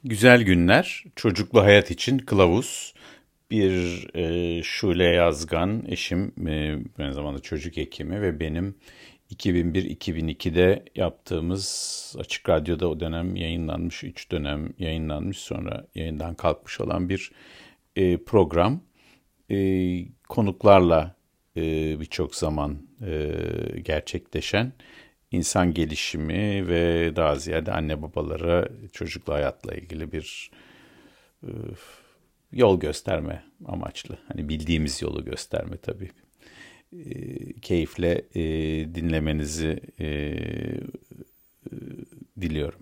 Güzel Günler, Çocuklu Hayat için Kılavuz. Şule Yazgan, eşim, aynı zamanda çocuk hekimi ve benim 2001-2002'de yaptığımız Açık Radyo'da o dönem yayınlanmış, 3 dönem yayınlanmış, sonra yayından kalkmış olan bir program. Konuklarla birçok zaman gerçekleşen insan gelişimi ve daha ziyade anne babalara çocuklu hayatla ilgili bir e, yol gösterme amaçlı. Hani bildiğimiz yolu gösterme tabii. Keyifle dinlemenizi diliyorum.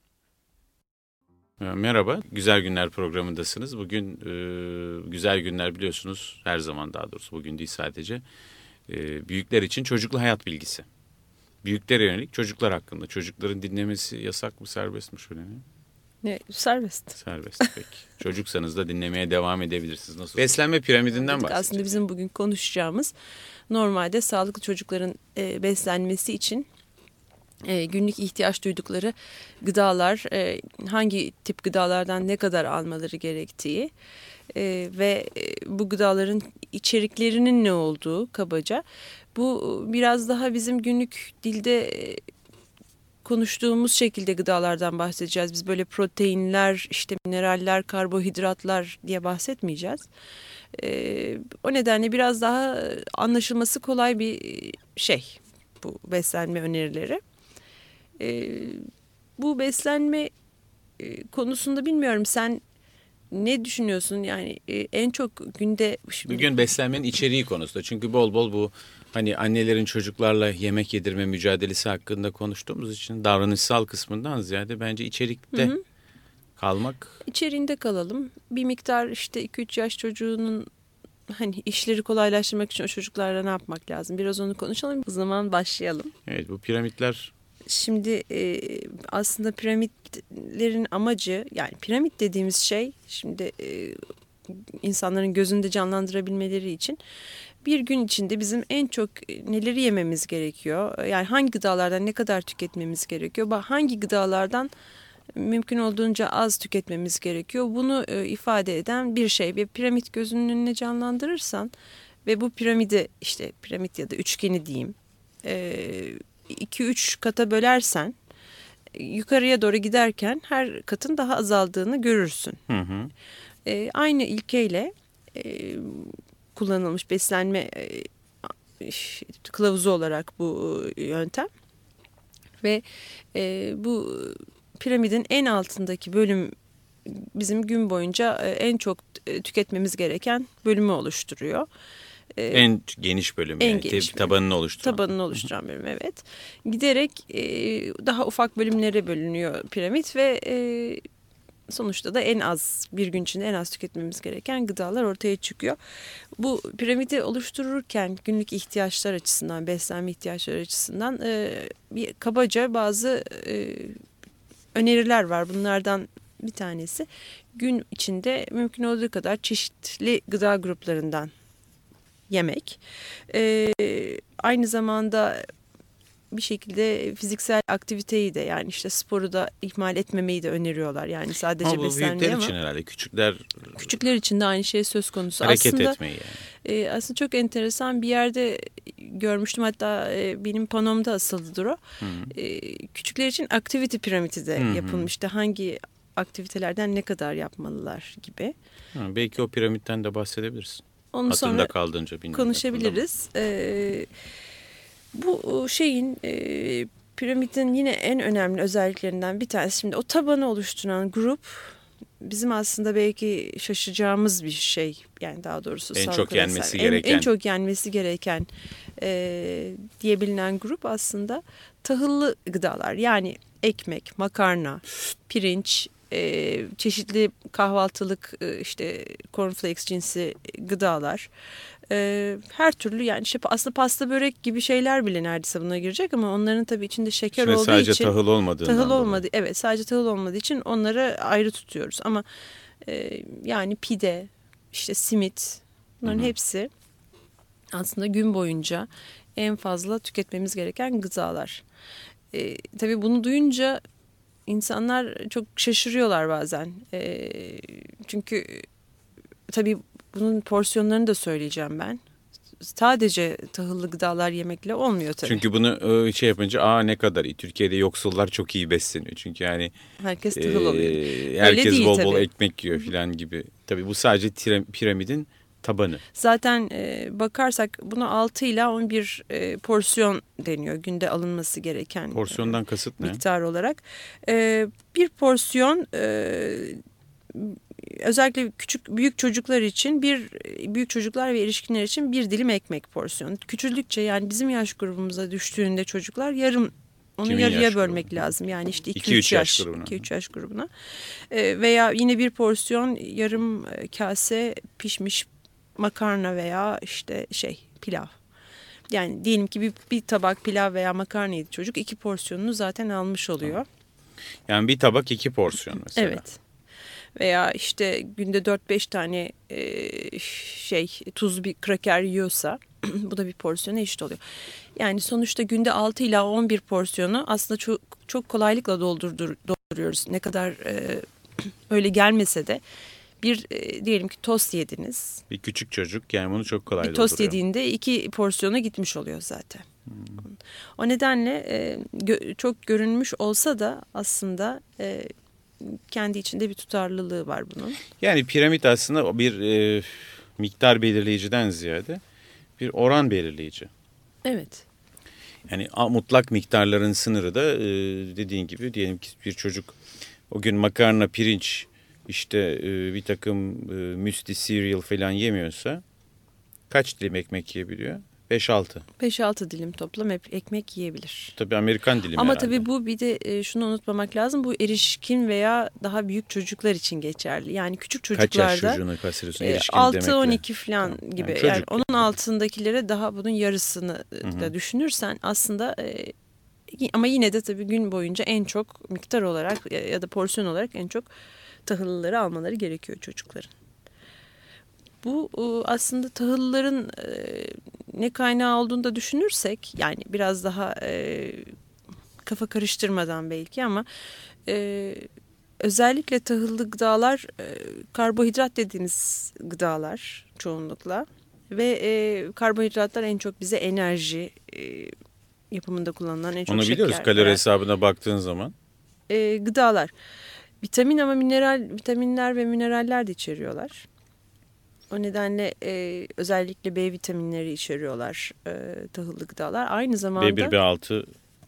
Merhaba, Güzel Günler programındasınız. Bugün Güzel Günler biliyorsunuz, her zaman daha doğrusu bugün değil sadece. Büyükler için çocuklu hayat bilgisi. Büyüklere yönelik çocuklar hakkında. Çocukların dinlemesi yasak mı, serbest mi şöyle? Serbest. Serbest peki. Çocuksanız da dinlemeye devam edebilirsiniz. Nasıl? Beslenme piramidinden bahsedeceğiz. Aslında bizim bugün konuşacağımız normalde sağlıklı çocukların beslenmesi için günlük ihtiyaç duydukları gıdalar, hangi tip gıdalardan ne kadar almaları gerektiği ve bu gıdaların içeriklerinin ne olduğu kabaca. Bu biraz daha bizim günlük dilde konuştuğumuz şekilde gıdalardan bahsedeceğiz. Biz böyle proteinler, işte mineraller, karbonhidratlar diye bahsetmeyeceğiz. O nedenle biraz daha anlaşılması kolay bir şey bu beslenme önerileri. Bu beslenme konusunda bilmiyorum, sen ne düşünüyorsun? Yani en çok günde... Bugün beslenmenin içeriği konusunda. Çünkü bol bol bu hani annelerin çocuklarla yemek yedirme mücadelesi hakkında konuştuğumuz için davranışsal kısmından ziyade bence içerikte kalmak. İçeriğinde kalalım. Bir miktar işte 2-3 yaş çocuğunun hani işleri kolaylaştırmak için o çocuklarla ne yapmak lazım? Biraz onu konuşalım. O zaman başlayalım. Evet, bu piramitler... Şimdi aslında piramitlerin amacı, yani piramit dediğimiz şey şimdi insanların gözünde canlandırabilmeleri için bir gün içinde bizim en çok neleri yememiz gerekiyor? Yani hangi gıdalardan ne kadar tüketmemiz gerekiyor? Hangi gıdalardan mümkün olduğunca az tüketmemiz gerekiyor? Bunu ifade eden bir şey. Bir piramit gözünün önüne canlandırırsan ve bu piramidi, işte piramit ya da üçgeni diyeyim, 2-3 kata bölersen yukarıya doğru giderken her katın daha azaldığını görürsün. Hı hı. Aynı ilkeyle kullanılmış beslenme kılavuzu olarak bu yöntem ve bu piramidin en altındaki bölüm bizim gün boyunca en çok tüketmemiz gereken bölümü oluşturuyor. En geniş bölüm, yani tabanını oluşturan. Tabanını oluşturan bölüm, evet. Giderek daha ufak bölümlere bölünüyor piramit ve sonuçta da en az, bir gün içinde en az tüketmemiz gereken gıdalar ortaya çıkıyor. Bu piramidi oluştururken günlük ihtiyaçlar açısından, beslenme ihtiyaçları açısından bir kabaca bazı öneriler var. Bunlardan bir tanesi gün içinde mümkün olduğu kadar çeşitli gıda gruplarından yemek. Aynı zamanda bir şekilde fiziksel aktiviteyi de, yani işte sporu da ihmal etmemeyi de öneriyorlar. Yani sadece beslenmeyi, ama büyükler için herhalde, küçükler için de aynı şey söz konusu. Hareket etmeyi yani. Aslında çok enteresan bir yerde görmüştüm, hatta benim panomda asılıdır o. Küçükler için activity piramidi de yapılmıştı. Hangi aktivitelerden ne kadar yapmalılar gibi. Belki o piramitten de bahsedebilirsin. Onu sonra kaldığınca konuşabiliriz. Bu şeyin, piramidin yine en önemli özelliklerinden bir tanesi, şimdi o tabanı oluşturan grup bizim aslında belki şaşacağımız bir şey. Yani daha doğrusu en çok yenmesi gereken. En çok yenmesi gereken diye bilinen grup aslında tahıllı gıdalar. Yani ekmek, makarna, pirinç, çeşitli kahvaltılık işte cornflakes cinsi gıdalar, her türlü, yani işte aslında pasta, börek gibi şeyler bile neredeyse buna girecek ama onların tabii içinde şeker olduğu sadece için, tahıl olmadığı, evet, sadece tahıl olmadığı için onları ayrı tutuyoruz ama yani pide, işte simit, bunların hepsi aslında gün boyunca en fazla tüketmemiz gereken gıdalar. Tabii bunu duyunca insanlar çok şaşırıyorlar bazen. Çünkü tabii bunun porsiyonlarını da söyleyeceğim ben. Sadece tahıllı gıdalar yemekle olmuyor tabii. Çünkü bunu şey yapınca ne kadar iyi. Türkiye'de yoksullar çok iyi besleniyor. Çünkü yani herkes tahıl oluyor. herkes değil, bol bol tabii. ekmek yiyor falan gibi. Tabii bu sadece piramidin tabanı. Zaten bakarsak buna 6 ila 11 porsiyon deniyor günde alınması gereken. Porsiyondan kasıt ne? Miktar olarak. Bir porsiyon özellikle büyük çocuklar için büyük çocuklar ve erişkinler için bir dilim ekmek porsiyonu. Küçüldükçe yani bizim yaş grubumuza düştüğünde çocuklar onu Kimin yarıya bölmek lazım. Yani işte 2-3 yaş, 2-3 yaş grubuna. Veya yine bir porsiyon yarım kase pişmiş makarna veya işte pilav. Yani diyelim ki bir tabak pilav veya makarna yedi çocuk, 2 porsiyonunu zaten almış oluyor. Yani bir tabak 2 porsiyon mesela. Evet. Veya işte günde 4-5 tane tuzlu bir kraker yiyorsa bu da bir porsiyona eşit oluyor. Yani sonuçta günde 6 ila 11 porsiyonu aslında çok kolaylıkla dolduruyoruz. Ne kadar öyle gelmese de diyelim ki tost yediniz. Bir küçük çocuk yani bunu çok kolay dolduruyor. Bir tost yediğinde 2 porsiyona gitmiş oluyor zaten. O nedenle çok görünmüş olsa da aslında kendi içinde bir tutarlılığı var bunun. Yani piramit aslında bir miktar belirleyiciden ziyade bir oran belirleyici. Evet. Yani mutlak miktarların sınırı da dediğin gibi diyelim ki bir çocuk o gün makarna, pirinç, işte bir takım müsli, cereal falan yemiyorsa kaç dilim ekmek yiyebiliyor? 5-6. 5-6 dilim toplam ekmek yiyebilir. Tabii Amerikan dilimi ama herhalde. Tabii bu bir de şunu unutmamak lazım. Bu erişkin veya daha büyük çocuklar için geçerli. Yani küçük çocuklarda. Kaç yaş çocuğunu kastediyorsun? Erişkin 6-12 falan gibi. Yani onun yani. altındakilere daha bunun yarısını da düşünürsen aslında ama yine de tabii gün boyunca en çok miktar olarak ya da porsiyon olarak en çok tahıllıları almaları gerekiyor çocukların. Bu aslında tahılların ne kaynağı olduğunu da düşünürsek yani biraz daha kafa karıştırmadan belki ama özellikle tahıllı gıdalar karbohidrat dediğimiz gıdalar çoğunlukla ve karbonhidratlar en çok bize enerji yapımında kullanılan en çok onu biliyoruz kalori hesabına baktığın zaman. Gıdalar vitamin ama vitaminler ve mineraller de içeriyorlar. O nedenle özellikle B vitaminleri içeriyorlar tahıllı gıdalar. Aynı zamanda B1, B6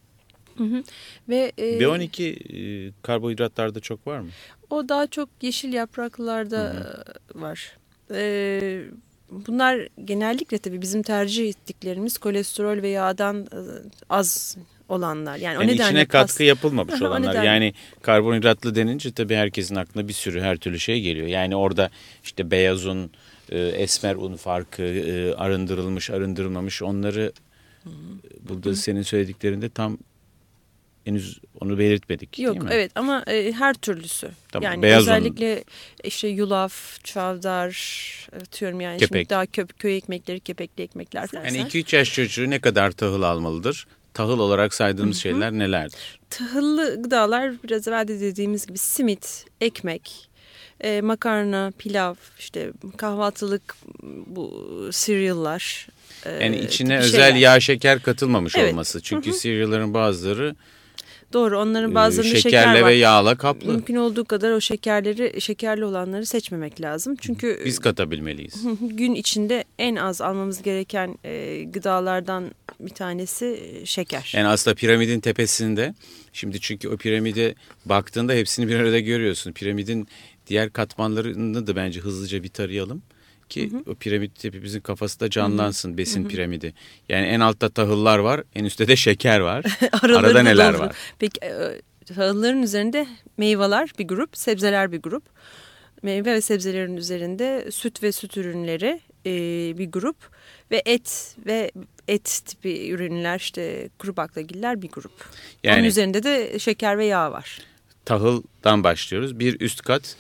ve B12 karbonhidratlarda çok var mı? O daha çok yeşil yapraklarda var. Bunlar genellikle tabii bizim tercih ettiklerimiz kolesterol ve yağdan az olanlar. Yani o nedenle içine katkı yapılmamış olanlar. Yani karbonhidratlı denince tabii herkesin aklına bir sürü her türlü şey geliyor. Yani orada işte beyaz un, esmer un farkı, arındırılmış, arındırılmamış onları burada senin söylediklerinde tam henüz onu belirtmedik. Yok, değil mi? Evet ama her türlüsü. Tamam, yani beyaz özellikle işte yulaf, çavdar atıyorum yani kepek. Şimdi daha köy ekmekleri, kepekli ekmekler falan. Yani 2-3 yaş çocuğu ne kadar tahıl almalıdır? Tahıl olarak saydığımız şeyler nelerdir? Tahıllı gıdalar biraz evvel de dediğimiz gibi simit, ekmek, makarna, pilav, işte kahvaltılık bu cereal'lar. Yani içine özel yağ şeker katılmamış olması. Çünkü cereal'ların bazıları doğru, onların bazılarında şekerle var. ve yağla kaplı. Mümkün olduğu kadar o şekerli olanları seçmemek lazım. Çünkü biz katabilmeliyiz. Gün içinde en az almamız gereken gıdalardan bir tanesi şeker. Yani aslında piramidin tepesinde, şimdi çünkü o piramide baktığında hepsini bir arada görüyorsun. Piramidin diğer katmanlarını da bence hızlıca bir tarayalım ki o piramit hepimizin kafasında canlansın, besin piramidi. Yani en altta tahıllar var, en üstte de şeker var. Arada neler var? Peki tahılların üzerinde meyveler bir grup, sebzeler bir grup. Meyve ve sebzelerin üzerinde süt ve süt ürünleri bir grup ve et tipi ürünler, işte kuru baklagiller bir grup. Yani, onun üzerinde de şeker ve yağ var. Tahıldan başlıyoruz. Bir üst kat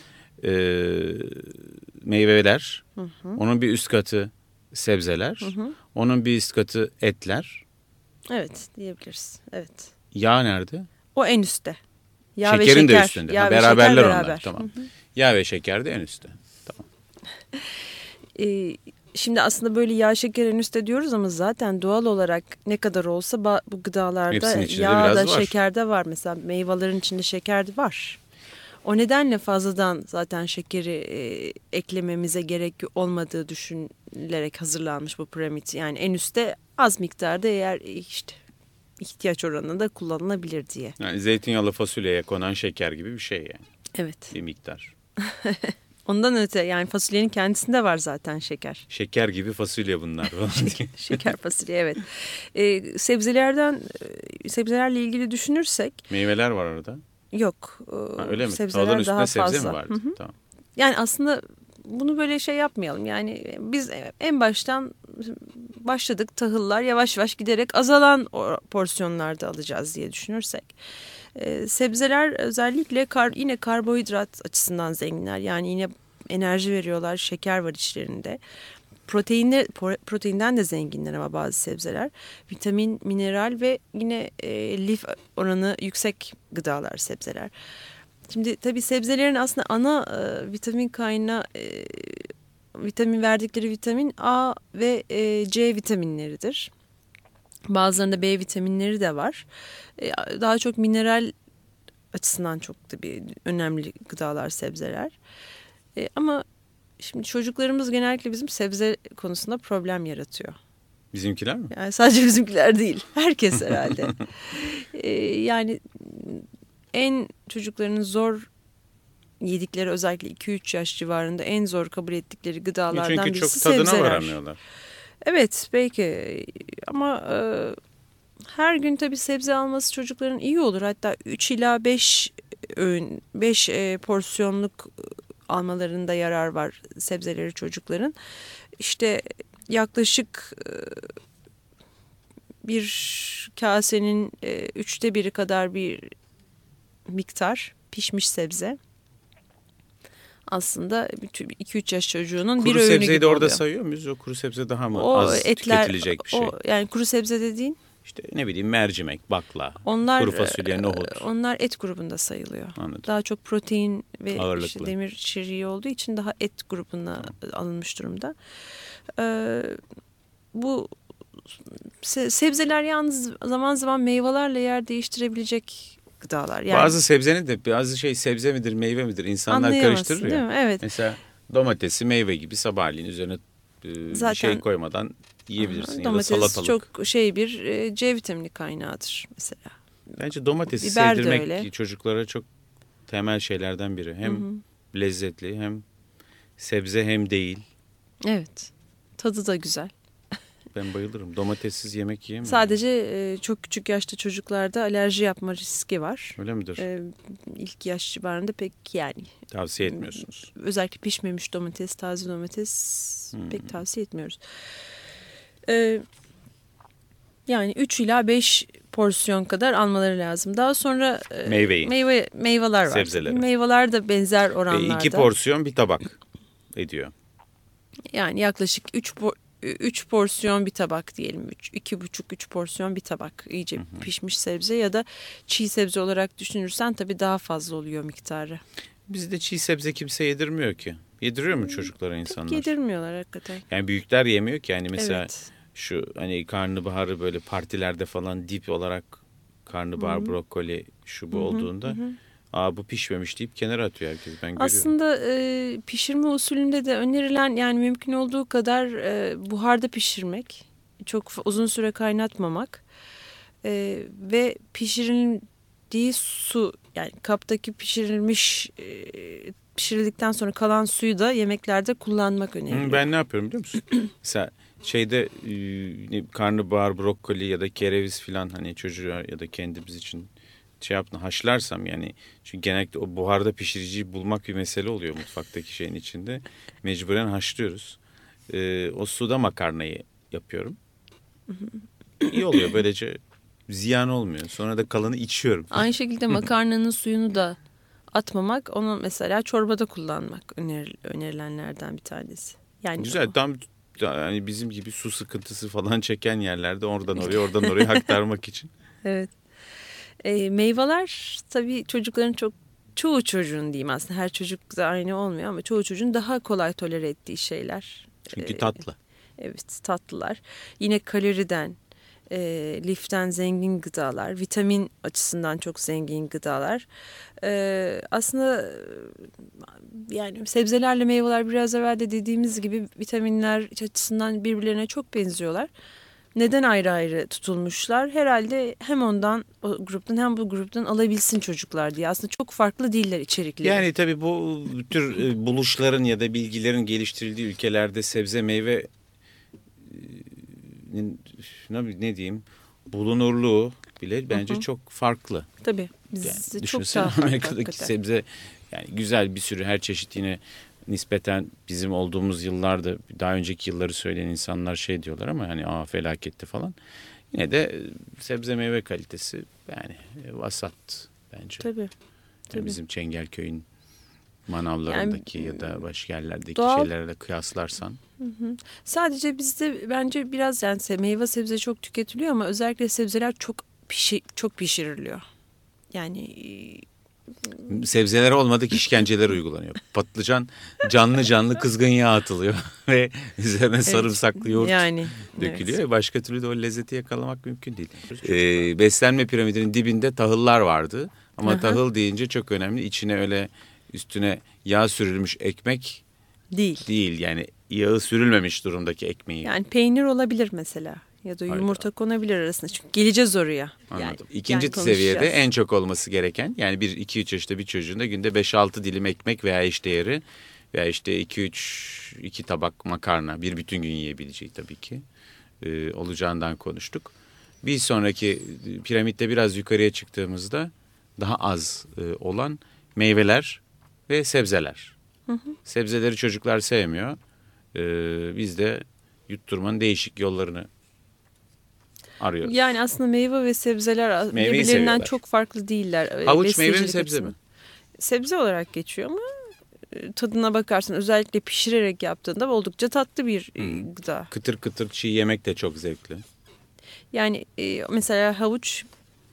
meyveler, onun bir üst katı sebzeler, onun bir üst katı etler. Evet, diyebiliriz. Evet. Yağ nerede? O en üstte. Yağ ve Şekerin de şeker. üstünde. Yağ ve Beraberler şeker onlar. beraber. Tamam. Yağ ve şeker de en üstte. Tamam. Şimdi aslında böyle yağ şeker en üstte diyoruz ama zaten doğal olarak ne kadar olsa bu gıdalarda Hepsinin içinde yağ biraz da var. şeker de var. Mesela meyvelerin içinde şeker de var. O nedenle fazladan zaten şekeri eklememize gerek olmadığı düşünülerek hazırlanmış bu piramit. Yani en üstte az miktarda eğer işte ihtiyaç oranında kullanılabilir diye. Yani zeytinyağlı fasulyeye konan şeker gibi bir şey yani. Evet. Bir miktar. Ondan öte yani fasulyenin kendisinde var zaten şeker. Şeker gibi fasulye bunlar. Şeker fasulye evet. Sebzelerle ilgili düşünürsek. Meyveler var orada. Yok. Öyle mi? Sebzeler Onların üstünde daha sebze fazla. mi vardı? Hı-hı. Tamam. Yani aslında bunu böyle şey yapmayalım. Yani biz en baştan başladık tahıllar yavaş yavaş giderek azalan porsiyonlarda alacağız diye düşünürsek. Sebzeler özellikle yine karbohidrat açısından zenginler. Yani yine enerji veriyorlar. Şeker var içlerinde. Proteinden de zenginler ama bazı sebzeler. Vitamin, mineral ve yine lif oranı yüksek gıdalar sebzeler. Şimdi tabii sebzelerin aslında ana vitamin kaynağı vitamin verdikleri vitamin A ve C vitaminleridir. Bazılarında B vitaminleri de var. Daha çok mineral açısından çok tabii önemli gıdalar sebzeler. Ama şimdi çocuklarımız genellikle bizim sebze konusunda problem yaratıyor. Bizimkiler mi? Yani sadece bizimkiler değil. Herkes herhalde. Yani en çocuklarının zor yedikleri özellikle 2-3 yaş civarında en zor kabul ettikleri gıdalardan çünkü birisi çok tadına sebzeler. varamıyorlar. Evet belki ama her gün tabii sebze alması çocukların iyi olur. Hatta 3 ila 5 öğün 5 porsiyonluk almalarında yarar var sebzeleri çocukların. İşte yaklaşık bir kasenin 3'te 1'i kadar bir miktar pişmiş sebze. Aslında 2-3 yaş çocuğunun bir öğünü gibi oluyor. Kuru sebzeyi de orada sayıyor muyuz? O kuru sebze daha mı az tüketilecek bir şey? Yani kuru sebze dediğin? İşte ne bileyim mercimek, bakla, onlar, kuru fasulye, nohut. Onlar et grubunda sayılıyor. Anladım. Daha çok protein ve ağırlıklı. işte demir içeriği olduğu için daha et grubuna alınmış durumda. Bu sebzeler yalnız zaman zaman meyvelerle yer değiştirebilecek gıdalar. Yani bazı sebzenin de bazı şey sebze midir meyve midir insanlar karıştırır ya. Değil mi? Evet. Mesela domatesi meyve gibi sabahleyin üzerine bir şey koymadan yiyebilirsin. Domates ya da salatalık. çok bir C vitamini kaynağıdır mesela. Bence domatesi biber sevdirmek çocuklara çok temel şeylerden biri. Hem lezzetli hem sebze hem değil. Evet. Tadı da güzel. Ben bayılırım. Domatessiz yemek yiyemem. Sadece çok küçük yaşta çocuklarda alerji yapma riski var. Öyle midir? İlk yaş civarında pek yani. Tavsiye etmiyorsunuz. Özellikle pişmemiş domates, taze domates pek tavsiye etmiyoruz. Yani 3 ila 5 porsiyon kadar almaları lazım. Daha sonra meyveler var. Sebzeleri. Meyveler de benzer oranlarda. 2 porsiyon bir tabak ediyor. Yani yaklaşık 3 porsiyon bir tabak diyelim. 2,5-3 porsiyon bir tabak. İyice pişmiş sebze ya da çiğ sebze olarak düşünürsen tabii daha fazla oluyor miktarı. Bizde çiğ sebze kimse yedirmiyor ki. Yediriyor mu çocuklara insanlar? Pek yedirmiyorlar hakikaten. Yani büyükler yemiyor ki. Yani mesela evet. Şu hani karnabaharı böyle partilerde falan dip olarak karnabahar, brokoli şu bu olduğunda bu pişmemiş deyip kenara atıyor herkes. Ben görüyorum. Aslında pişirme usulünde de önerilen yani mümkün olduğu kadar buharda pişirmek. Çok uzun süre kaynatmamak. Ve pişirildiği su yani kaptaki pişirildikten sonra kalan suyu da yemeklerde kullanmak önemli. Ben ne yapıyorum biliyor musun? Mesela karnabahar, brokoli ya da kereviz falan hani çocuğa ya da kendimiz için haşlarsam yani çünkü genellikle o buharda pişiriciyi bulmak bir mesele oluyor mutfaktaki şeyin içinde. Mecburen haşlıyoruz. O suda makarnayı yapıyorum. İyi oluyor böylece ziyan olmuyor. Sonra da kalanı içiyorum. Aynı şekilde makarnanın suyunu da atmamak, onu mesela çorbada kullanmak önerilenlerden bir tanesi. Yani güzel tam yani bizim gibi su sıkıntısı falan çeken yerlerde oradan oraya aktarmak için. Evet. Meyveler tabii çocukların çoğu çocuğun diyeyim, aslında her çocuk da aynı olmuyor ama çoğu çocuğun daha kolay tolere ettiği şeyler. Çünkü tatlı. Evet, tatlılar. Yine kaloriden, liften zengin gıdalar, vitamin açısından çok zengin gıdalar. Aslında yani sebzelerle meyveler biraz evvel de dediğimiz gibi vitaminler açısından birbirlerine çok benziyorlar. Neden ayrı ayrı tutulmuşlar? Herhalde hem ondan, o gruptan hem bu gruptan alabilsin çocuklar diye. Aslında çok farklı değiller içerikleri. Yani tabii bu tür buluşların ya da bilgilerin geliştirildiği ülkelerde sebze meyve ne diyeyim, bulunurluğu bile bence çok farklı. Tabii. Yani çok daha farklı Amerika'daki hakikaten. sebze, yani güzel bir sürü her çeşit, yine nispeten bizim olduğumuz yıllarda, daha önceki yılları söyleyen insanlar şey diyorlar ama hani felaketti falan. Yine de sebze meyve kalitesi yani vasat bence. Tabii. Yani bizim Çengelköy'ün manavlarındaki ya da başka yerlerdeki şeylerle kıyaslarsan. Sadece bizde bence biraz yani meyve sebze çok tüketiliyor ama özellikle sebzeler çok pişiriliyor. Yani Sebzelere olmadık işkenceler uygulanıyor. Patlıcan canlı canlı kızgın yağ atılıyor ve üzerine sarımsaklı yoğurt dökülüyor. Evet. Başka türlü de o lezzeti yakalamak mümkün değil. Beslenme piramidinin dibinde tahıllar vardı. Ama tahıl deyince çok önemli. İçine öyle üstüne yağ sürülmüş ekmek değil. Yani yağı sürülmemiş durumdaki ekmeği. Yani peynir olabilir mesela. Ya da yumurta konabilir arasında. Çünkü geleceğiz oraya. Anladım. İkinci seviyede en çok olması gereken, yani 1-2-3 yaşında bir çocuğun da günde 5-6 dilim ekmek veya eşdeğeri veya işte 2 tabak makarna, bir bütün gün yiyebileceği tabii ki olacağından konuştuk. Bir sonraki piramitte biraz yukarıya çıktığımızda daha az olan meyveler ve sebzeler. Sebzeleri çocuklar sevmiyor. Biz de yutturmanın değişik yollarını arıyoruz. Yani aslında meyve ve sebzeler birbirlerinden seviyorlar. çok farklı değiller. Havuç meyve mi sebze mi? Sebze olarak geçiyor ama tadına bakarsan özellikle pişirerek yaptığında oldukça tatlı bir gıda. Kıtır kıtır çiğ yemek de çok zevkli. Yani mesela havuç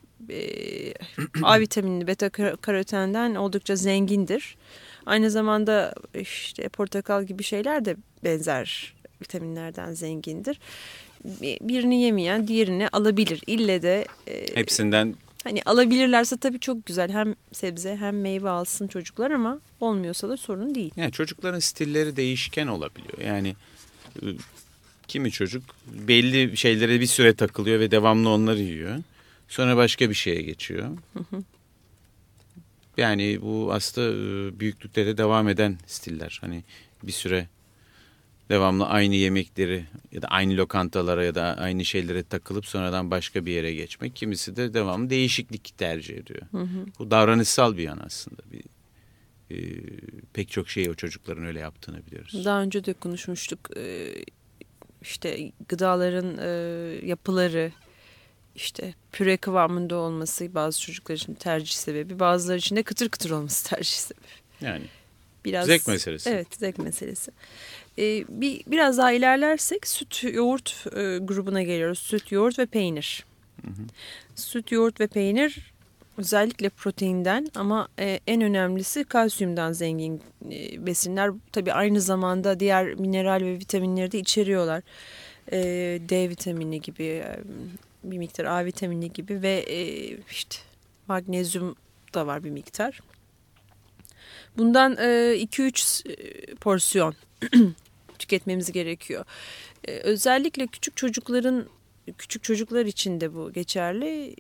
A vitaminli, beta karotenden oldukça zengindir. Aynı zamanda işte portakal gibi şeyler de benzer vitaminlerden zengindir. Birini yemeyen diğerini alabilir. İlle de hepsinden hani alabilirlerse tabii çok güzel. Hem sebze hem meyve alsın çocuklar ama olmuyorsa da sorun değil. Yani çocukların stilleri değişken olabiliyor. Yani kimi çocuk belli şeylere bir süre takılıyor ve devamlı onları yiyor. Sonra başka bir şeye geçiyor. Yani bu aslında büyüklükte de devam eden stiller. Hani bir süre devamlı aynı yemekleri ya da aynı lokantalara ya da aynı şeylere takılıp sonradan başka bir yere geçmek. Kimisi de devamlı değişiklik tercih ediyor. Bu davranışsal bir yan aslında. Pek çok şeyi o çocukların öyle yaptığını biliyoruz. Daha önce de konuşmuştuk. İşte gıdaların yapıları, işte püre kıvamında olması bazı çocuklar için tercih sebebi, bazıları için de kıtır kıtır olması tercih sebebi. Yani biraz zevk meselesi. Evet, zevk meselesi. Biraz daha ilerlersek süt yoğurt grubuna geliyoruz. Süt, yoğurt ve peynir. Süt, yoğurt ve peynir özellikle proteinden ama en önemlisi kalsiyumdan zengin besinler. Tabii aynı zamanda diğer mineral ve vitaminleri de içeriyorlar. D vitamini gibi, bir miktar A vitamini gibi ve işte magnezyum da var bir miktar. Bundan 2-3 porsiyon tüketmemiz gerekiyor. Özellikle küçük çocuklar için de bu geçerli.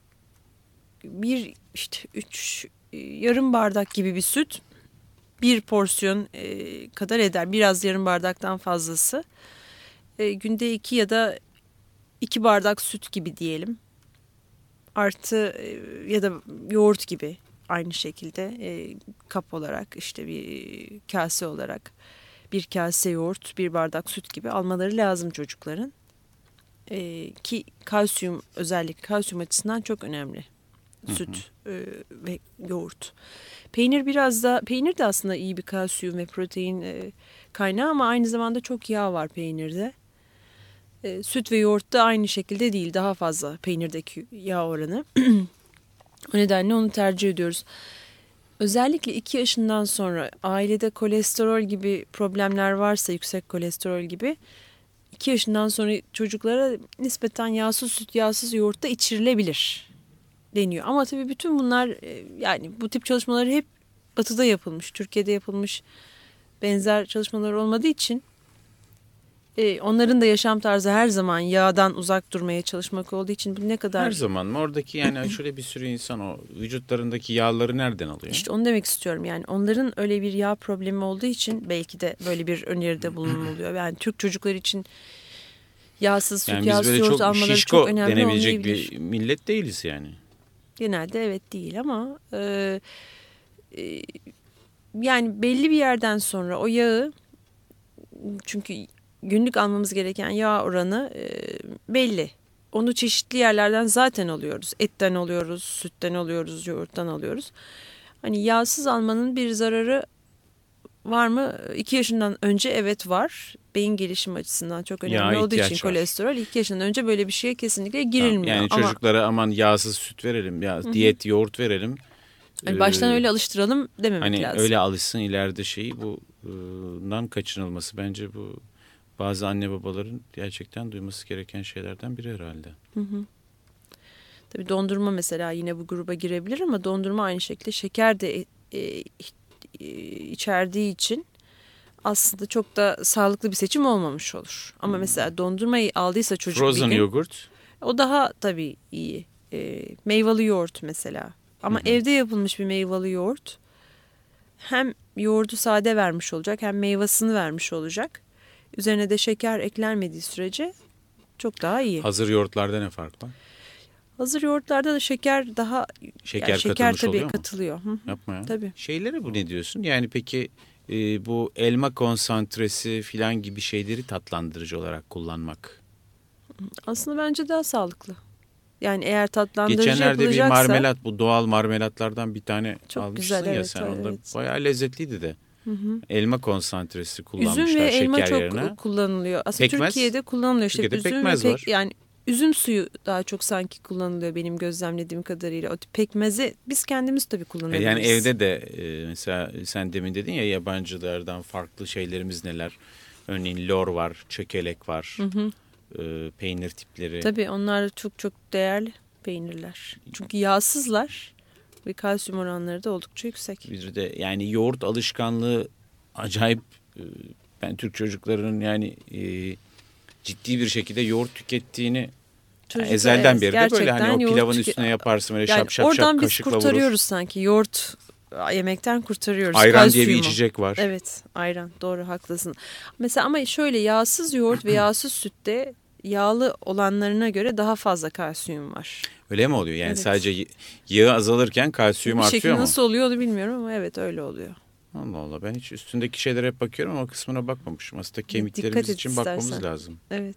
Yarım bardak gibi bir süt bir porsiyon kadar eder. Biraz yarım bardaktan fazlası. Günde 2 ya da 2 bardak süt gibi diyelim. Artı ya da yoğurt gibi aynı şekilde kap olarak işte bir kase olarak bir kase yoğurt, bir bardak süt gibi almaları lazım çocukların. Ki kalsiyum, özellikle kalsiyum açısından çok önemli. Süt ve yoğurt. Peynir de aslında iyi bir kalsiyum ve protein kaynağı ama aynı zamanda çok yağ var peynirde. Süt ve yoğurt da aynı şekilde değil. Daha fazla peynirdeki yağ oranı. O nedenle onu tercih ediyoruz. Özellikle 2 yaşından sonra ailede kolesterol gibi problemler varsa, yüksek kolesterol gibi, 2 yaşından sonra çocuklara nispeten yağsız süt, yağsız yoğurt da içirilebilir deniyor. Ama tabii bütün bunlar, yani bu tip çalışmaları hep Batı'da yapılmış, Türkiye'de yapılmış benzer çalışmalar olmadığı için onların da yaşam tarzı her zaman yağdan uzak durmaya çalışmak olduğu için bu ne kadar... Her zaman mı? Oradaki yani şöyle bir sürü insan o vücutlarındaki yağları nereden alıyor? İşte onu demek istiyorum. Yani onların öyle bir yağ problemi olduğu için belki de böyle bir öneride bulunuluyor. Yani Türk çocuklar için yağsız süt, Yani yağsız yoğurt almaları çok önemli denebilecek olmayabilir. bir millet değiliz yani. Genelde evet değil ama yani belli bir yerden sonra o yağı, çünkü günlük almamız gereken yağ oranı belli. Onu çeşitli yerlerden zaten alıyoruz. Etten alıyoruz, sütten alıyoruz, yoğurttan alıyoruz. Hani yağsız almanın bir zararı var mı? 2 yaşından önce evet var. Beyin gelişimi açısından çok önemli olduğu için kolesterol. 2 yaşından önce böyle bir şeye kesinlikle girilmiyor. Tamam, yani çocuklara aman yağsız süt verelim, diyet yoğurt verelim. Yani baştan öyle alıştıralım dememek hani lazım. Öyle alışsın, ileride bundan kaçınılması bence bu bazı anne babaların gerçekten duyması gereken şeylerden biri herhalde. Tabii dondurma mesela yine bu gruba girebilir ama dondurma aynı şekilde şeker de içerdiği için aslında çok da sağlıklı bir seçim olmamış olur. Ama mesela dondurmayı aldıysa çocuk Frozen bir gün, yogurt. O daha tabii iyi. Meyveli yoğurt mesela. Ama evde yapılmış bir meyveli yoğurt hem yoğurdu sade vermiş olacak hem meyvasını vermiş olacak. Üzerine de şeker eklenmediği sürece çok daha iyi. Hazır yoğurtlarda ne fark var? Hazır yoğurtlarda da şeker daha... Şeker tabii oluyor mu? katılıyor. Yapma ya. Tabii. Şeylere bu ne diyorsun? Yani peki bu elma konsantresi filan gibi şeyleri tatlandırıcı olarak kullanmak. Aslında bence daha sağlıklı. Yani eğer tatlandırıcı geçenlerde yapılacaksa... bir marmelat, bu doğal marmelatlardan bir tane çok almışsın güzel, ya evet, sen. evet. Onda bayağı lezzetliydi de. Elma konsantresi kullanmışlar üzüm ve şeker elma çok yerine. Kullanılıyor. Aslında Pekmez. Türkiye'de kullanılıyor. İşte Türkiye'de üzüm pekmez ve var. yani üzüm suyu daha çok sanki kullanılıyor benim gözlemlediğim kadarıyla. O tip pekmezi biz kendimiz tabii kullanabiliriz. Yani evde de mesela sen demin dedin ya, yabancılardan farklı şeylerimiz neler? Örneğin lor var, çökelek var, peynir tipleri. Tabii onlar çok çok değerli peynirler. Çünkü yağsızlar ve kalsiyum oranları da oldukça yüksek. Bir de yani yoğurt alışkanlığı acayip. Ben Türk çocuklarının yani ciddi bir şekilde yoğurt tükettiğini ezelden beri de böyle, hani o pilavın üstüne yaparsın böyle yani şap şap oradan şap biz kaşıkla kurtarıyoruz vurur. sanki yoğurt yemekten kurtarıyoruz. Ayran kalsiyumu diye bir içecek var. Evet, ayran, doğru, haklısın. Mesela ama şöyle yağsız yoğurt ve yağsız sütte yağlı olanlarına göre daha fazla kalsiyum var. Öyle mi oluyor? Yani evet. Sadece yağı azalırken kalsiyum artıyor mu? Bir şekilde nasıl oluyor onu bilmiyorum ama evet öyle oluyor. Allah Allah, ben hiç üstündeki şeylere hep bakıyorum ama kısmına bakmamışım. Aslında kemiklerimiz için bakmamız lazım. Evet.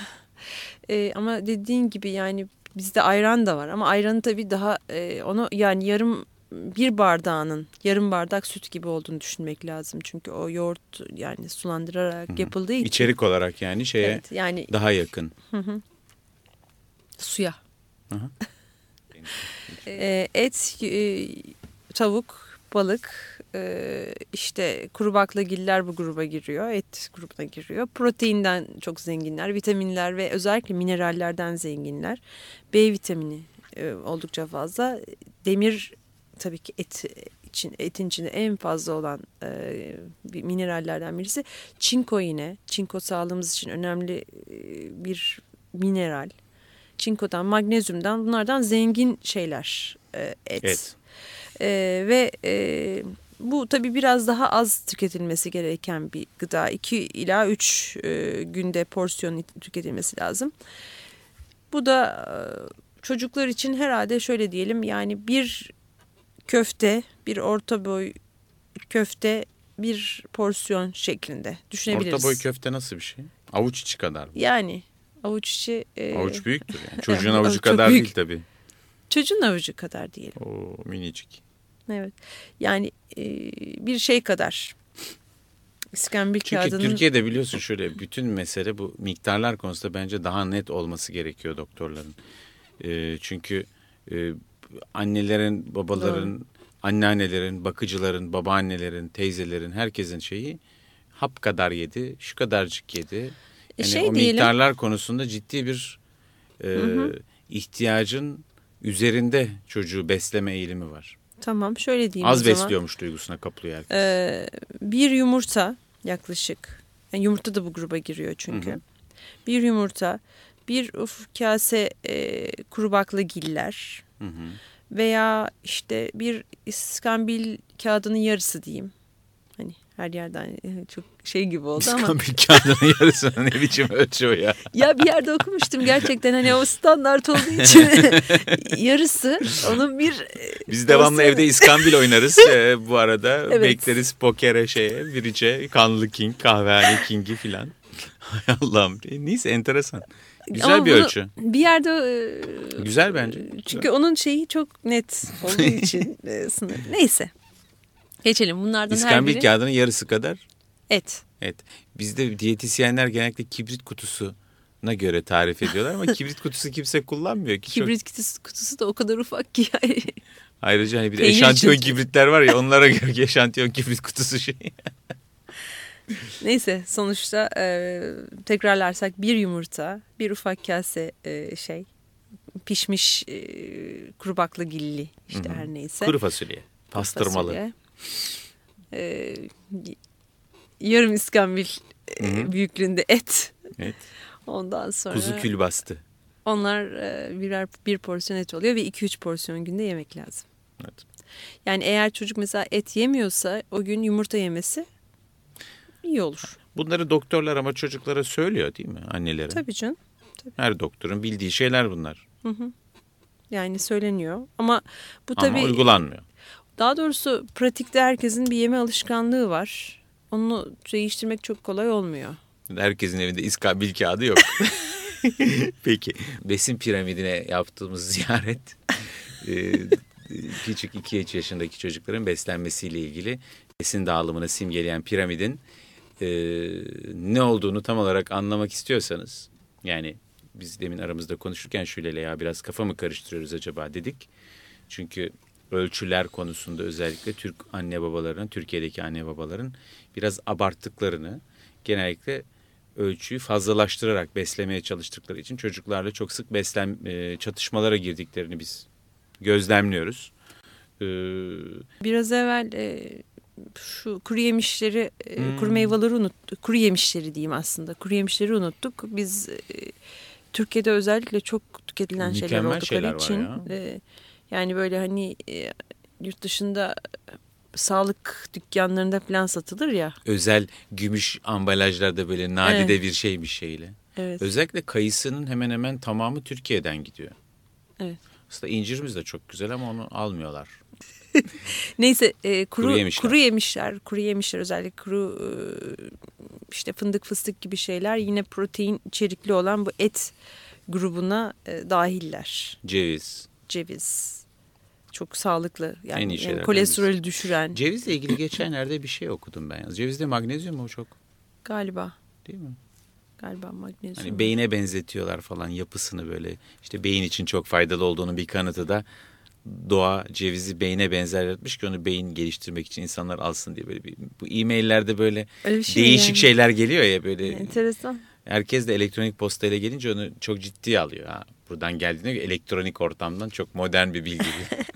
Ama dediğin gibi yani bizde ayran da var ama ayranı tabii daha onu yani yarım bardak süt gibi olduğunu düşünmek lazım. Çünkü o yoğurt yani sulandırarak yapıldığı için. İçerik olarak yani evet, yani daha yakın. Suya. Et, tavuk, balık, işte kuru baklagiller bu gruba giriyor. Et grubuna giriyor. Proteinden çok zenginler. Vitaminler ve özellikle minerallerden zenginler. B vitamini oldukça fazla. Demir tabii ki etin içinde en fazla olan minerallerden birisi. Çinko yine. Çinko sağlığımız için önemli bir mineral. Çinkodan, magnezyumdan, bunlardan zengin şeyler et. Ve bu tabii biraz daha az tüketilmesi gereken bir gıda. 2 ila 3 günde porsiyon tüketilmesi lazım. Bu da çocuklar için herhalde şöyle diyelim, yani bir köfte, bir orta boy köfte, bir porsiyon şeklinde düşünebiliriz. Orta boy köfte nasıl bir şey? Avuç içi kadar mı? Yani avuç içi... avuç büyüktür yani. Çocuğun avucu kadar değil tabii. Çocuğun avucu kadar diyelim. O minicik. Evet. Yani bir şey kadar. İskambil kağıdının... Çünkü Türkiye'de biliyorsun şöyle, bütün mesele bu miktarlar konusunda bence daha net olması gerekiyor doktorların. Çünkü annelerin, babaların, Doğru. anneannelerin, bakıcıların, babaannelerin, teyzelerin, herkesin şeyi hap kadar yedi, şu kadarcık yedi. Yani o diyelim, miktarlar konusunda ciddi bir ihtiyacın üzerinde çocuğu besleme eğilimi var. tamam şöyle diyeyim Az o zaman. besliyormuş duygusuna kapılıyor herkes. Bir yumurta yaklaşık, yani yumurta da bu gruba giriyor çünkü. Bir yumurta, bir kase kuru baklagiller veya işte bir iskambil kağıdının yarısı diyeyim. Hani her yerden çok şey gibi oldu ama. İskambil kağıdının yarısına ne biçim ölçü o ya? Ya bir yerde okumuştum gerçekten, hani o standart olduğu için yarısı onun bir... Biz devamlı evde iskambil oynarız bu arada. Evet. Bekleriz pokere birice, kanlı king, kahvehane kingi filan. Hay Allah'ım. Neyse enteresan. Güzel Ama bir ölçü. Bir yerde... Güzel bence. Çünkü onun şeyi çok net olduğu için sınır. Neyse. Geçelim. Bunlardan her İskambil biri kağıdının yarısı kadar et. et. Bizde diyetisyenler genellikle kibrit kutusuna göre tarif ediyorlar ama kibrit kutusu kimse kullanmıyor ki. Kibrit kutusu da o kadar ufak ki. Ayrıca hani bir de Peynir eşantiyon çünkü. kibritler var ya, onlara göre eşantiyon kibrit kutusu şey. Neyse sonuçta tekrarlarsak bir yumurta, bir ufak kase pişmiş kuru baklagilli işte her neyse. Kuru fasulye, pastırmalı. Fasulye, yarım iskambil büyüklüğünde et. Evet. Ondan sonra Kuzu külbastı. onlar bir porsiyon et oluyor ve 2-3 porsiyon günde yemek lazım. Evet. Yani eğer çocuk mesela et yemiyorsa o gün yumurta yemesi iyi olur. Bunları doktorlar ama çocuklara söylüyor değil mi, annelere? Tabii canım. Tabii. Her doktorun bildiği şeyler bunlar. Yani söyleniyor ama bu Ama tabii uygulanmıyor. daha doğrusu pratikte herkesin bir yeme alışkanlığı var. Onu değiştirmek çok kolay olmuyor. Herkesin evinde iskambil kağıdı yok. Peki. Besin piramidine yaptığımız ziyaret küçük 2-3 yaşındaki çocukların beslenmesiyle ilgili besin dağılımını simgeleyen piramidin ne olduğunu tam olarak anlamak istiyorsanız, yani biz demin aramızda konuşurken Şule'yle ya biraz kafa mı karıştırıyoruz acaba dedik. Çünkü ölçüler konusunda özellikle Türk anne babalarının, Türkiye'deki anne babaların biraz abarttıklarını, genellikle ölçüyü fazlalaştırarak beslemeye çalıştıkları için çocuklarla çok sık çatışmalara girdiklerini biz gözlemliyoruz. Biraz evvel şu kuru yemişleri, kuru meyveleri unuttuk. Kuru yemişleri diyeyim aslında. Kuru yemişleri unuttuk. Biz Türkiye'de özellikle çok tüketilen şeyler Mükemmel oldukları şeyler var için. ya. Yani böyle hani yurt dışında sağlık dükkanlarında falan satılır ya. Özel gümüş ambalajlarda böyle nadide bir şeymiş şeyle. Evet. Özellikle kayısının hemen hemen tamamı Türkiye'den gidiyor. Evet. Aslında incirimiz de çok güzel ama onu almıyorlar. Neyse Kuru yemişler. kuru yemişler özellikle işte fındık fıstık gibi şeyler yine protein içerikli olan bu et grubuna dahiller. Ceviz çok sağlıklı yani kolesterolü düşüren. Cevizle ilgili geçenlerde bir şey okudum ben. Cevizde magnezyum mu çok? Galiba. Değil mi? Galiba magnezyum. Hani beyine benzetiyorlar falan yapısını, böyle işte beyin için çok faydalı olduğunu bir kanıtı da doğa cevizi beyine benzetmiş ki onu beyin geliştirmek için insanlar alsın diye. Böyle bu e-maillerde böyle değişik şeyler geliyor ya böyle. Enteresan. Herkes de elektronik postayla gelince onu çok ciddiye alıyor. Ha, buradan geldiğine göre elektronik ortamdan çok modern bir bilgi.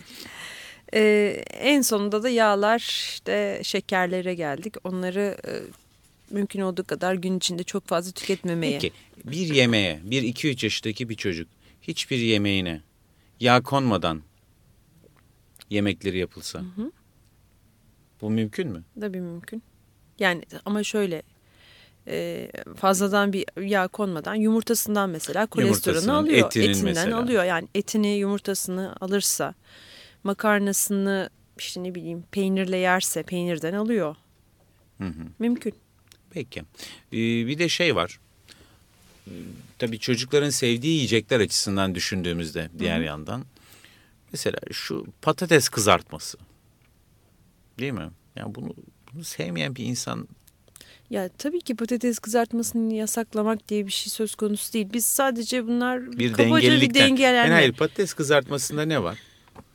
En sonunda da yağlar, işte şekerlere geldik. Onları mümkün olduğu kadar gün içinde çok fazla tüketmemeye. Peki bir yemeğe, 1-2-3 yaşındaki bir çocuk hiçbir yemeğine yağ konmadan yemekleri yapılsa bu mümkün mü? Tabii mümkün. Yani ama şöyle fazladan bir yağ konmadan yumurtasından mesela kolesterolünü alıyor. Etinden mesela alıyor. Yani etini, yumurtasını alırsa, makarnasını işte ne bileyim peynirle yerse peynirden alıyor. Mümkün. Peki. Bir de şey var. Tabii çocukların sevdiği yiyecekler açısından düşündüğümüzde diğer yandan. Mesela şu patates kızartması. Değil mi? Yani bunu sevmeyen bir insan... Ya tabii ki patates kızartmasını yasaklamak diye bir şey söz konusu değil. Biz sadece bunlar bir kabaca bir dengelenme. Hayır, patates kızartmasında ne var?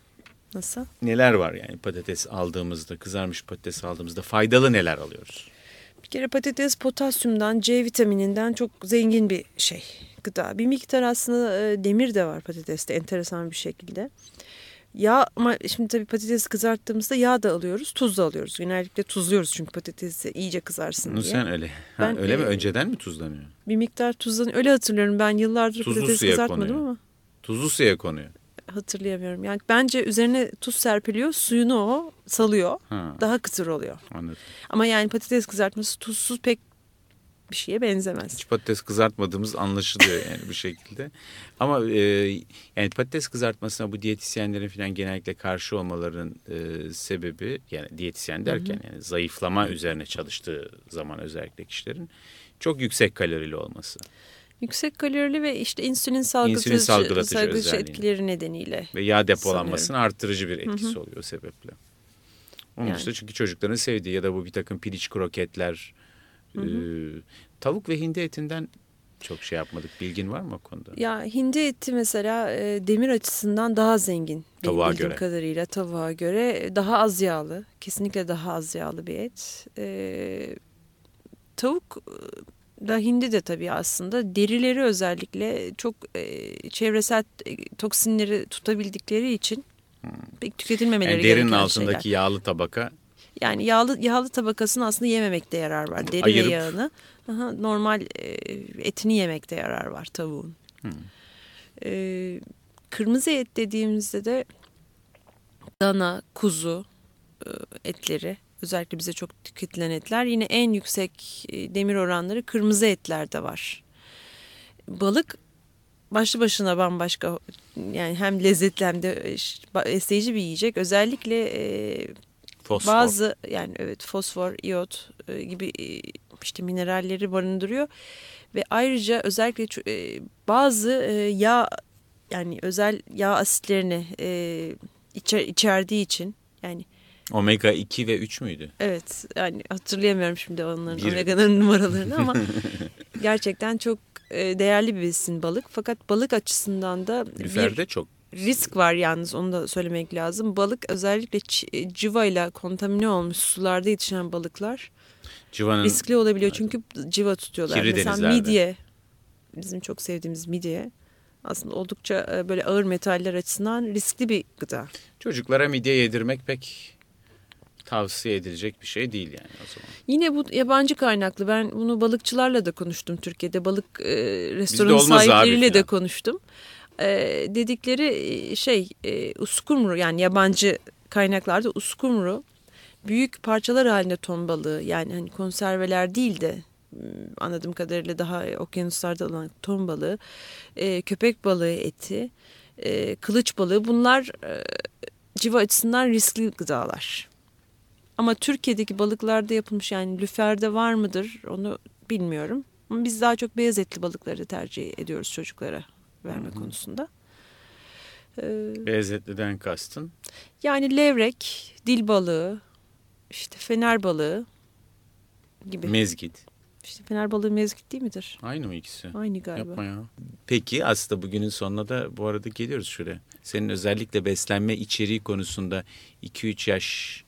Nasıl? Neler var yani patates aldığımızda, kızarmış patates aldığımızda faydalı neler alıyoruz? Bir kere patates potasyumdan, C vitamininden çok zengin bir gıda. Bir miktar aslında demir de var patateste enteresan bir şekilde. Yağ, ama şimdi tabii patates kızarttığımızda yağ da alıyoruz, tuz da alıyoruz. Genellikle tuzluyoruz çünkü patatesi iyice kızarsın Bunu diye. sen öyle. Öyle mi? Önceden mi tuzlanıyor? Bir miktar tuzlanıyor. Öyle hatırlıyorum, ben yıllardır Tuzlu patates suya kızartmadım konuyor. ama. Tuzlu suya konuyor. Hatırlayamıyorum. Yani bence üzerine tuz serpiliyor, suyunu o salıyor. Ha. Daha kıtır oluyor. Anladım. Ama yani patates kızartması tuzsuz pek bir şeye benzemez. Hiç patates kızartmadığımız anlaşılıyor yani bir şekilde. Ama yani patates kızartmasına bu diyetisyenlerin falan genellikle karşı olmalarının sebebi, yani diyetisyen derken yani zayıflama üzerine çalıştığı zaman özellikle kişilerin çok yüksek kalorili olması. Yüksek kalorili ve işte insülin salgılatıcı etkileri nedeniyle. Ve yağ depolanmasını artırıcı bir etkisi oluyor o sebeple. Onun dışında çünkü çocukların sevdiği ya da bu bir takım piliç kroketler, tavuk ve hindi etinden çok şey yapmadık. Bilgin var mı o konuda? Ya hindi eti mesela demir açısından daha zengin. Tavuğa bildiğim göre. kadarıyla tavuğa göre daha az yağlı. Kesinlikle daha az yağlı bir et. Tavuk da hindi de tabii aslında derileri özellikle çok çevresel toksinleri tutabildikleri için pek tüketilmemeleri Yani gereken derinin şeyler. altındaki yağlı tabaka. Yani yağlı tabakasını aslında yememekte yarar var. Deri ayırıp, ve yağını. Normal etini yemekte yarar var tavuğun. Kırmızı et dediğimizde de dana, kuzu etleri, özellikle bize çok tüketilen etler, yine en yüksek demir oranları kırmızı etlerde var. Balık başlı başına bambaşka, yani hem lezzetli hem de besleyici bir yiyecek. Özellikle fosfor. bazı, yani evet, fosfor, iyot gibi işte mineralleri barındırıyor ve ayrıca özellikle bazı yağ, yani özel yağ asitlerini içerdiği için, yani Omega 2 ve 3 müydü? evet, yani hatırlayamıyorum şimdi onların omega'ların numaralarını ama gerçekten çok değerli bir besin balık. Fakat balık açısından da Lüferde çok risk var, yalnız onu da söylemek lazım. Balık özellikle civa ile kontamine olmuş sularda yetişen balıklar riskli olabiliyor. Çünkü civa tutuyorlar. Kirli mesela denizlerde. midye, bizim çok sevdiğimiz midye aslında oldukça böyle ağır metaller açısından riskli bir gıda. Çocuklara midye yedirmek pek tavsiye edilecek bir şey değil yani o zaman. Yine bu yabancı kaynaklı. Ben bunu balıkçılarla da konuştum Türkiye'de. Balık restoran olmaz sahipleriyle abi de falan. konuştum. Dedikleri uskumru, yani yabancı kaynaklarda uskumru büyük parçalar halinde ton balığı, yani hani konserveler değil de anladığım kadarıyla daha okyanuslarda olan ton balığı, köpek balığı eti, kılıç balığı, bunlar civa açısından riskli gıdalar. Ama Türkiye'deki balıklarda yapılmış, yani lüferde var mıdır onu bilmiyorum. Ama biz daha çok beyaz etli balıkları tercih ediyoruz çocuklara verme konusunda. Beyaz etliden kastın? Yani levrek, dil balığı, işte fener balığı gibi. Mezgit. İşte fener balığı mezgit değil midir? Aynı mı ikisi? Aynı galiba. Yapma ya. Peki aslında bugünün sonuna da bu arada geliyoruz şuraya. Senin özellikle beslenme içeriği konusunda 2-3 yaş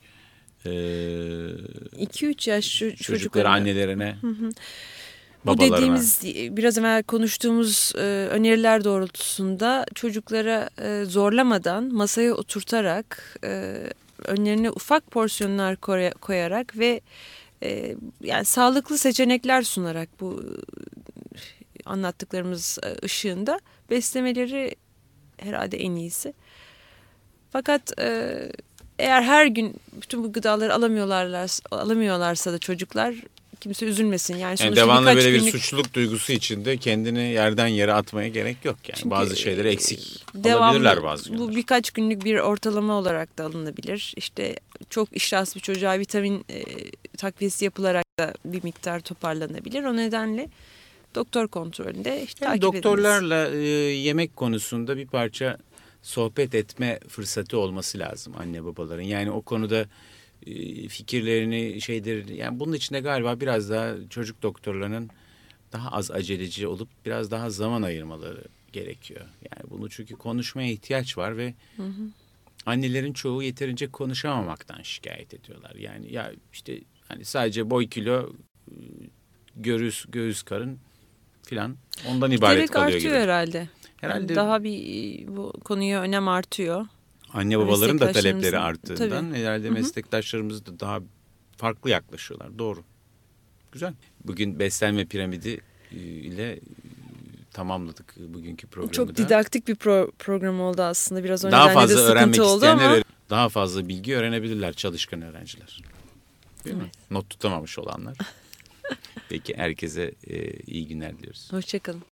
2-3 yaş çocuklara, annelerine, bu babalarına. dediğimiz biraz evvel konuştuğumuz öneriler doğrultusunda çocuklara zorlamadan masaya oturtarak önlerine ufak porsiyonlar koyarak ve yani sağlıklı seçenekler sunarak bu anlattıklarımız ışığında beslemeleri herhalde en iyisi. Fakat eğer her gün bütün bu gıdaları alamıyorlarsa da çocuklar, kimse üzülmesin. Yani devamlı böyle bir suçluluk duygusu içinde kendini yerden yere atmaya gerek yok. Yani çünkü bazı şeyleri eksik alabilirler bazı günler. Bu birkaç günlük bir ortalama olarak da alınabilir. İşte çok iştahsız bir çocuğa vitamin takviyesi yapılarak da bir miktar toparlanabilir. O nedenle doktor kontrolünde takip doktorlarla yemek konusunda bir parça sohbet etme fırsatı olması lazım anne babaların. Yani o konuda fikirlerini yani bunun içinde galiba biraz daha çocuk doktorlarının daha az aceleci olup biraz daha zaman ayırmaları gerekiyor. Yani bunu çünkü konuşmaya ihtiyaç var ve annelerin çoğu yeterince konuşamamaktan şikayet ediyorlar. Yani ya işte hani sadece boy kilo, göğüs karın filan ondan ibaret Giderek kalıyor artıyor gibi. herhalde. Herhalde Daha bir bu konuya önem artıyor. anne babaların da talepleri Meslektaşlarımızın, arttığından tabii. herhalde meslektaşlarımız da daha farklı yaklaşıyorlar. Doğru. Güzel. Bugün beslenme piramidi ile tamamladık bugünkü programı Çok da. didaktik bir program oldu aslında. Biraz o Daha nedenle de fazla öğrenmek sıkıntı oldu isteyenler ama. daha fazla bilgi öğrenebilirler çalışkan öğrenciler. Değil mi? Not tutamamış olanlar. Peki herkese iyi günler diliyoruz. Hoşçakalın.